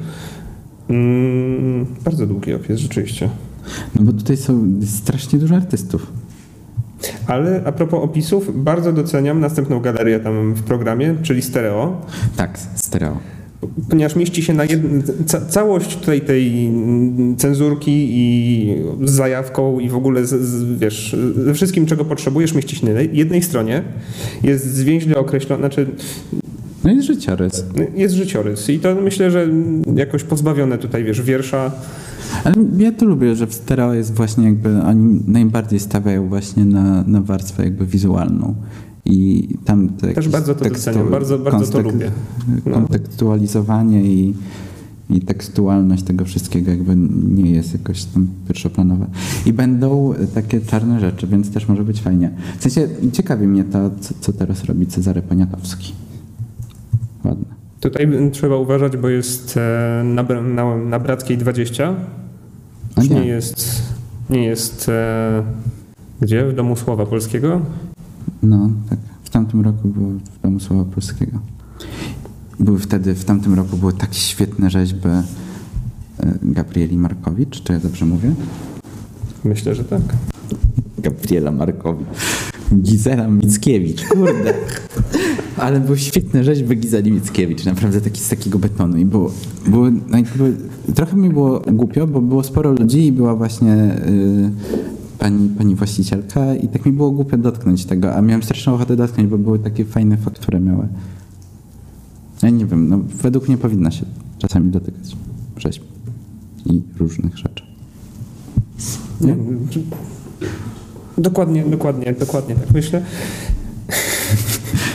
A: Bardzo długi opis, rzeczywiście.
B: No bo tutaj są strasznie dużo artystów.
A: Ale a propos opisów, bardzo doceniam następną galerię tam w programie, czyli stereo.
B: Tak, stereo.
A: Ponieważ mieści się na całość tutaj tej cenzurki i z zajawką i w ogóle wiesz, ze wszystkim, czego potrzebujesz, mieści się na jednej stronie. Jest zwięźle określone, znaczy
B: No jest życiorys.
A: jest życiorys i to myślę, że jakoś pozbawione tutaj, wiesz, wiersza.
B: Ale ja to lubię, że w stereo jest właśnie jakby, oni najbardziej stawiają właśnie na warstwę jakby wizualną. I tam
A: Też bardzo to doceniam, bardzo to lubię. No.
B: Kontekstualizowanie i tekstualność tego wszystkiego jakby nie jest jakoś tam pierwszoplanowe. I będą takie czarne rzeczy, więc też może być fajnie. W sensie ciekawi mnie to, co teraz robi Cezary Poniatowski. Ładne.
A: Tutaj trzeba uważać, bo jest na Brackiej 20. Już nie jest gdzie? W Domu Słowa Polskiego?
B: No, tak. W tamtym roku było w Domu Słowa Polskiego. W tamtym roku były takie świetne rzeźby Gabrieli Markowicz, czy ja dobrze mówię?
A: Myślę, że tak.
B: Gabriela Markowicz. Gizela Mickiewicz, kurde. Ale były świetne rzeźby Gizeli Mickiewicz, naprawdę z takiego betonu. I trochę mi było głupio, bo było sporo ludzi i była właśnie pani właścicielka i tak mi było głupio dotknąć tego, a miałem straszną ochotę dotknąć, bo były takie fajne faktury miały. Ja nie wiem, no według mnie powinna się czasami dotykać rzeźb i różnych rzeczy. Nie?
A: Dokładnie tak myślę.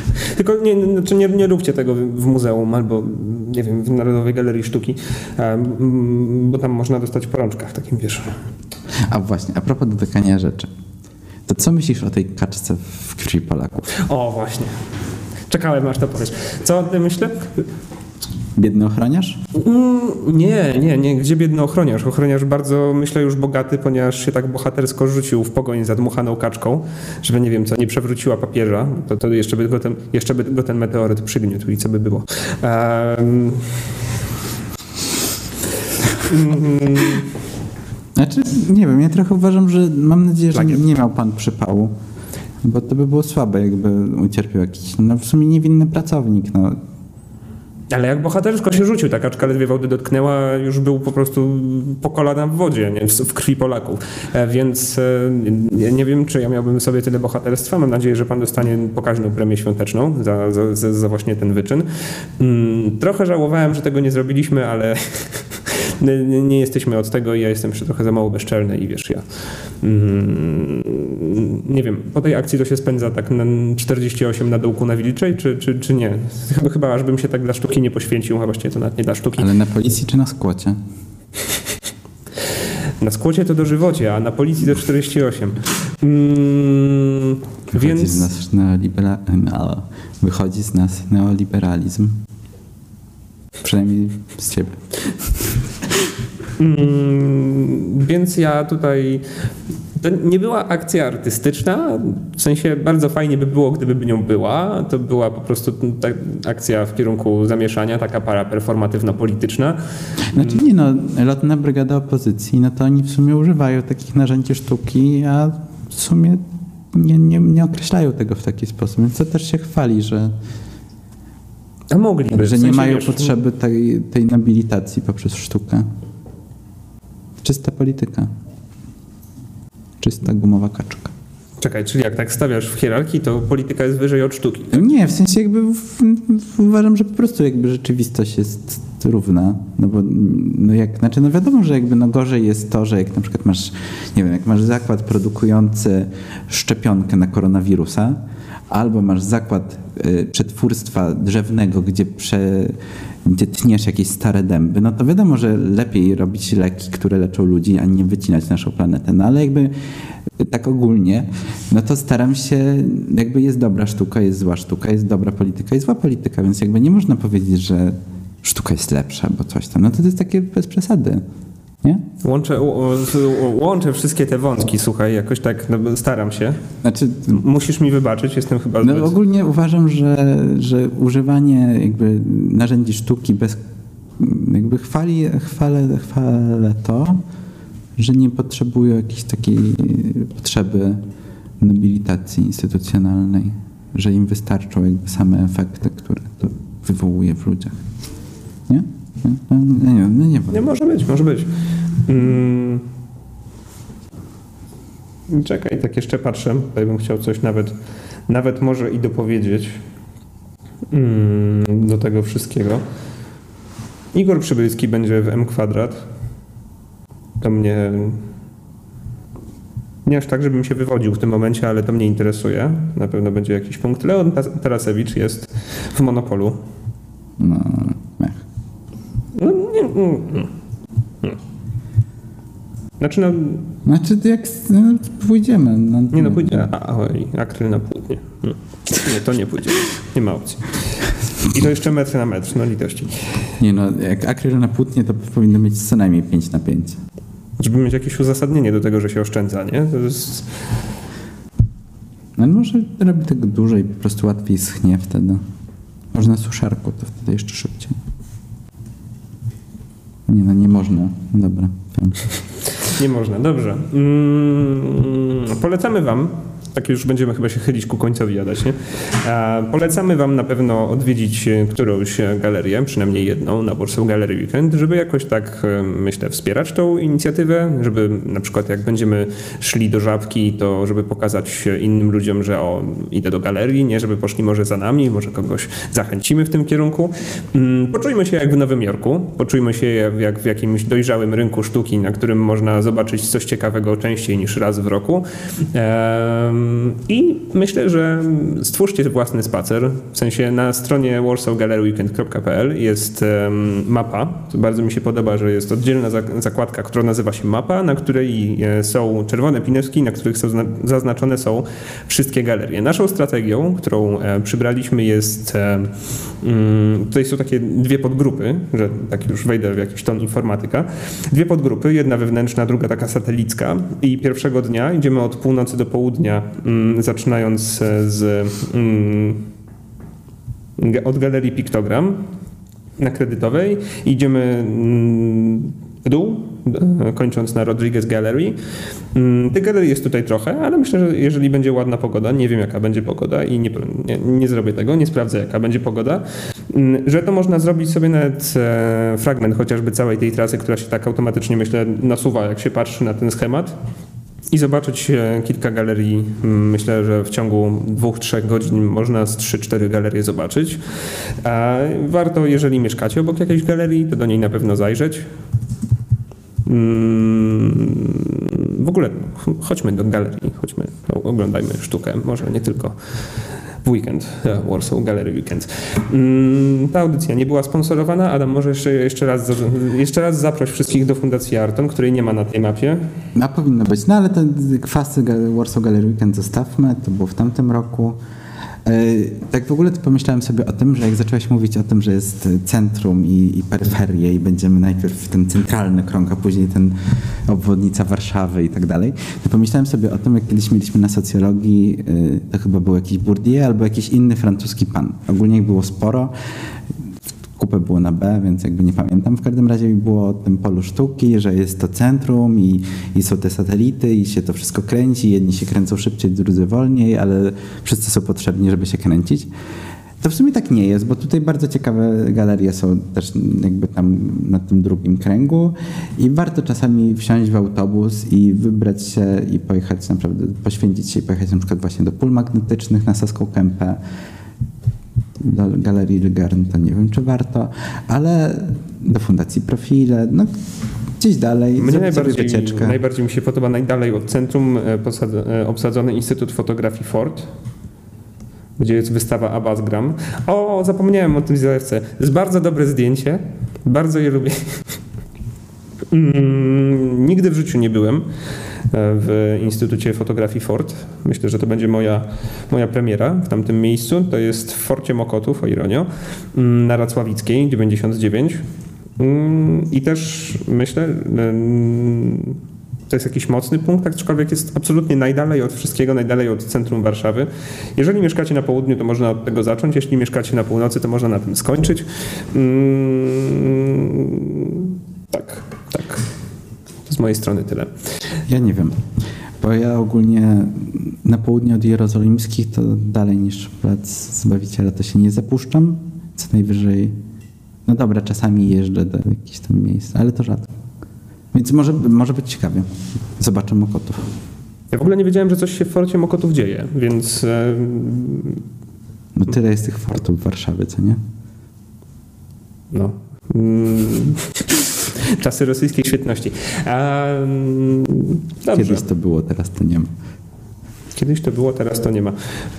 A: Tylko nie róbcie tego w muzeum albo, nie wiem, w Narodowej Galerii Sztuki, bo tam można dostać po rączkach, takim wiesz.
B: A właśnie, a propos dotykania rzeczy. To co myślisz o tej kaczce w krwi Polaków?
A: O, właśnie. Czekałem, aż to powiesz. Co o tym myślę?
B: Biedny ochroniarz?
A: Nie. Gdzie biedny ochroniarz? Ochroniarz bardzo, myślę, już bogaty, ponieważ się tak bohatersko rzucił w pogoń za dmuchaną kaczką, żeby, nie wiem co, nie przewróciła papieża. To jeszcze by go ten meteoryt przygniótł i co by było.
B: Znaczy, nie wiem, ja trochę uważam, że mam nadzieję, że
A: Lagier.
B: nie miał pan przypału, bo to by było słabe, jakby ucierpiał jakiś, no w sumie niewinny pracownik, no.
A: Ale jak bohatersko się rzucił, ta kaczka ledwie wody dotknęła, już był po prostu po kolana w wodzie, nie? W krwi Polaków. Więc nie wiem, czy ja miałbym sobie tyle bohaterstwa. Mam nadzieję, że pan dostanie pokaźną premię świąteczną za właśnie ten wyczyn. Trochę żałowałem, że tego nie zrobiliśmy, ale nie jesteśmy od tego i ja jestem jeszcze trochę za mało bezczelny i wiesz, ja nie wiem, po tej akcji to się spędza tak na 48 na dołku na Wilczej, czy nie? Chyba aż bym się tak dla sztuki nie poświęcił, a właściwie to nawet nie dla sztuki.
B: Ale na policji czy na skłocie?
A: Na skłocie to dożywocie, a na policji to 48.
B: Wychodzi z nas neoliberalizm. Przynajmniej z ciebie.
A: Więc ja tutaj... To nie była akcja artystyczna, w sensie bardzo fajnie by było, gdyby nią była. To była po prostu akcja w kierunku zamieszania, taka paraperformatywno-polityczna.
B: Znaczy nie no, Lotna Brygada Opozycji, no to oni w sumie używają takich narzędzi sztuki, a w sumie nie określają tego w taki sposób, więc to też się chwali, że
A: A mogliby.
B: że
A: w
B: nie
A: sensie,
B: mają
A: wiesz,
B: potrzeby tej nobilitacji poprzez sztukę. Czysta polityka. Czysta gumowa kaczka.
A: Czekaj, czyli jak tak stawiasz w hierarchii, to polityka jest wyżej od sztuki.
B: Nie, w sensie jakby uważam, że po prostu jakby rzeczywistość jest równa. No bo no wiadomo, że jakby gorzej jest to, że jak na przykład masz, nie wiem, jak masz zakład produkujący szczepionkę na koronawirusa, albo masz zakład przetwórstwa drzewnego, gdzie tniesz jakieś stare dęby, no to wiadomo, że lepiej robić leki, które leczą ludzi, a nie wycinać naszą planetę. No ale jakby tak ogólnie, no to staram się, jakby jest dobra sztuka, jest zła sztuka, jest dobra polityka, jest zła polityka, więc jakby nie można powiedzieć, że sztuka jest lepsza, bo coś tam. No to jest takie bez przesady. Nie?
A: Łączę wszystkie te wątki, słuchaj, jakoś tak staram się.
B: Znaczy,
A: Musisz mi wybaczyć, jestem chyba zbyt...
B: no ogólnie uważam, że używanie jakby narzędzi sztuki bez jakby chwalę to, że nie potrzebują jakiejś takiej potrzeby nobilitacji instytucjonalnej, że im wystarczą jakby same efekty, które to wywołuje w ludziach. Nie? Nie
A: może być. Czekaj, tak jeszcze patrzę. Tutaj bym chciał coś nawet może i dopowiedzieć do tego wszystkiego. Igor Przybylski będzie w M². To mnie... Nie aż tak, żebym się wywodził w tym momencie, ale to mnie interesuje. Na pewno będzie jakiś punkt. Leon Tarasewicz jest w Monopolu.
B: Znaczy jak pójdziemy.
A: Pójdzie. Akryl na płótnie. Nie, to nie pójdzie. Nie ma opcji. I to jeszcze metr na metr, litości.
B: Nie jak akryl na płótnie, to powinno mieć co najmniej 5/5.
A: Żeby mieć jakieś uzasadnienie do tego, że się oszczędza, nie? To jest...
B: No może robi tego dużo i po prostu łatwiej schnie wtedy. Może na suszarku, to wtedy jeszcze szybciej. Nie można. Dobra.
A: Nie można, dobrze. Polecamy wam, tak już będziemy chyba się chylić ku końcowi jadać, nie? Polecamy wam na pewno odwiedzić którąś galerię, przynajmniej jedną, na Warsaw Gallery Weekend, żeby jakoś tak, myślę, wspierać tą inicjatywę, żeby na przykład jak będziemy szli do Żabki, to żeby pokazać innym ludziom, że idę do galerii, nie żeby poszli może za nami, może kogoś zachęcimy w tym kierunku. Poczujmy się jak w Nowym Jorku, poczujmy się jak w jakimś dojrzałym rynku sztuki, na którym można zobaczyć coś ciekawego częściej niż raz w roku. I myślę, że stwórzcie własny spacer. W sensie na stronie warsawgalleryweekend.pl jest mapa. To bardzo mi się podoba, że jest oddzielna zakładka, która nazywa się mapa, na której są czerwone pinewki, na których są zaznaczone są wszystkie galerie. Naszą strategią, którą przybraliśmy jest, tutaj są takie dwie podgrupy, że tak już wejdę w jakiś ton informatyka. Dwie podgrupy, jedna wewnętrzna, druga taka satelicka i pierwszego dnia idziemy od północy do południa, zaczynając od galerii Piktogram na Kredytowej. Idziemy w dół, kończąc na Rodriguez Gallery. Tych galerii jest tutaj trochę, ale myślę, że jeżeli będzie ładna pogoda, nie wiem jaka będzie pogoda i nie zrobię tego, nie sprawdzę jaka będzie pogoda, że to można zrobić sobie nawet fragment chociażby całej tej trasy, która się tak automatycznie, myślę, nasuwa, jak się patrzy na ten schemat. I zobaczyć kilka galerii. Myślę, że w ciągu 2-3 godzin można z 3-4 galerie zobaczyć. A warto, jeżeli mieszkacie obok jakiejś galerii, to do niej na pewno zajrzeć. W ogóle chodźmy do galerii, chodźmy, oglądajmy sztukę, może nie tylko w weekend, Warsaw Gallery Weekend. Ta audycja nie była sponsorowana. Adam, może jeszcze raz zaproś wszystkich do Fundacji Arton, której nie ma na tej mapie.
B: A powinno być, no ale ten kwasy Warsaw Gallery Weekend zostawmy, to było w tamtym roku. Tak w ogóle to pomyślałem sobie o tym, że jak zacząłeś mówić o tym, że jest centrum i peryferie i będziemy najpierw ten centralny krąg, a później ten obwodnica Warszawy i tak dalej, to pomyślałem sobie o tym, jak kiedyś mieliśmy na socjologii, to chyba był jakiś Bourdieu albo jakiś inny francuski pan. Ogólnie ich było sporo. Kupę było na B, więc jakby nie pamiętam. W każdym razie było o tym polu sztuki, że jest to centrum i są te satelity i się to wszystko kręci. Jedni się kręcą szybciej, drudzy wolniej, ale wszyscy są potrzebni, żeby się kręcić. To w sumie tak nie jest, bo tutaj bardzo ciekawe galerie są też jakby tam na tym drugim kręgu i warto czasami wsiąść w autobus i wybrać się i pojechać naprawdę, poświęcić się i pojechać na przykład właśnie do pól magnetycznych na Saską Kępę, do Galerii Rygarn, to nie wiem, czy warto, ale do Fundacji Profile, no gdzieś dalej.
A: Mnie najbardziej mi się podoba najdalej od centrum obsadzony Instytut Fotografii Ford, gdzie jest wystawa Abbas-Gram. O, zapomniałem o tym zjawce. To jest bardzo dobre zdjęcie, bardzo je lubię. Nigdy w życiu nie byłem w Instytucie Fotografii Ford. Myślę, że to będzie moja premiera w tamtym miejscu. To jest w Forcie Mokotów, o ironio, na Racławickiej, 99. I też myślę, to jest jakiś mocny punkt, aczkolwiek jest absolutnie najdalej od wszystkiego, najdalej od centrum Warszawy. Jeżeli mieszkacie na południu, to można od tego zacząć. Jeśli mieszkacie na północy, to można na tym skończyć. Tak. To z mojej strony tyle.
B: Ja nie wiem, bo ja ogólnie na południe od Jerozolimskich to dalej niż Plac Zbawiciela to się nie zapuszczam. Co najwyżej, no dobra, czasami jeżdżę do jakichś tam miejsc, ale to rzadko. Więc może być ciekawie. Zobaczę Mokotów.
A: Ja w ogóle nie wiedziałem, że coś się w Forcie Mokotów dzieje, więc...
B: No tyle jest tych fortów w Warszawie, co nie?
A: No. Czasy rosyjskiej świetności. Dobrze.
B: Kiedyś to było, teraz to nie ma.
A: Kiedyś to było, teraz to nie ma.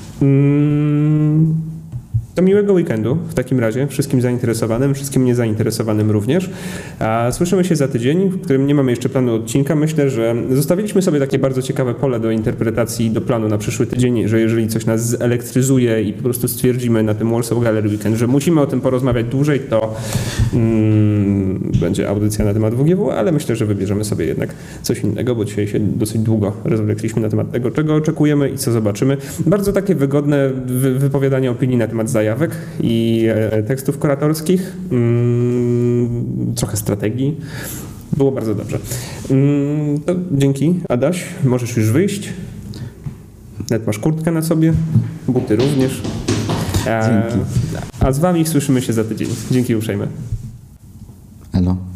A: Do miłego weekendu w takim razie wszystkim zainteresowanym, wszystkim niezainteresowanym również. Słyszymy się za tydzień, w którym nie mamy jeszcze planu odcinka. Myślę, że zostawiliśmy sobie takie bardzo ciekawe pole do interpretacji, do planu na przyszły tydzień, że jeżeli coś nas zelektryzuje i po prostu stwierdzimy na tym Warsaw Gallery Weekend, że musimy o tym porozmawiać dłużej, to będzie audycja na temat WGW, ale myślę, że wybierzemy sobie jednak coś innego, bo dzisiaj się dosyć długo rozwlekliśmy na temat tego, czego oczekujemy i co zobaczymy. Bardzo takie wygodne wypowiadanie opinii na temat zajawek i tekstów kuratorskich, trochę strategii. Było bardzo dobrze. To dzięki, Adaś. Możesz już wyjść. Nawet masz kurtkę na sobie, buty również.
B: Dzięki.
A: A z wami słyszymy się za tydzień. Dzięki uprzejme.
B: Elo.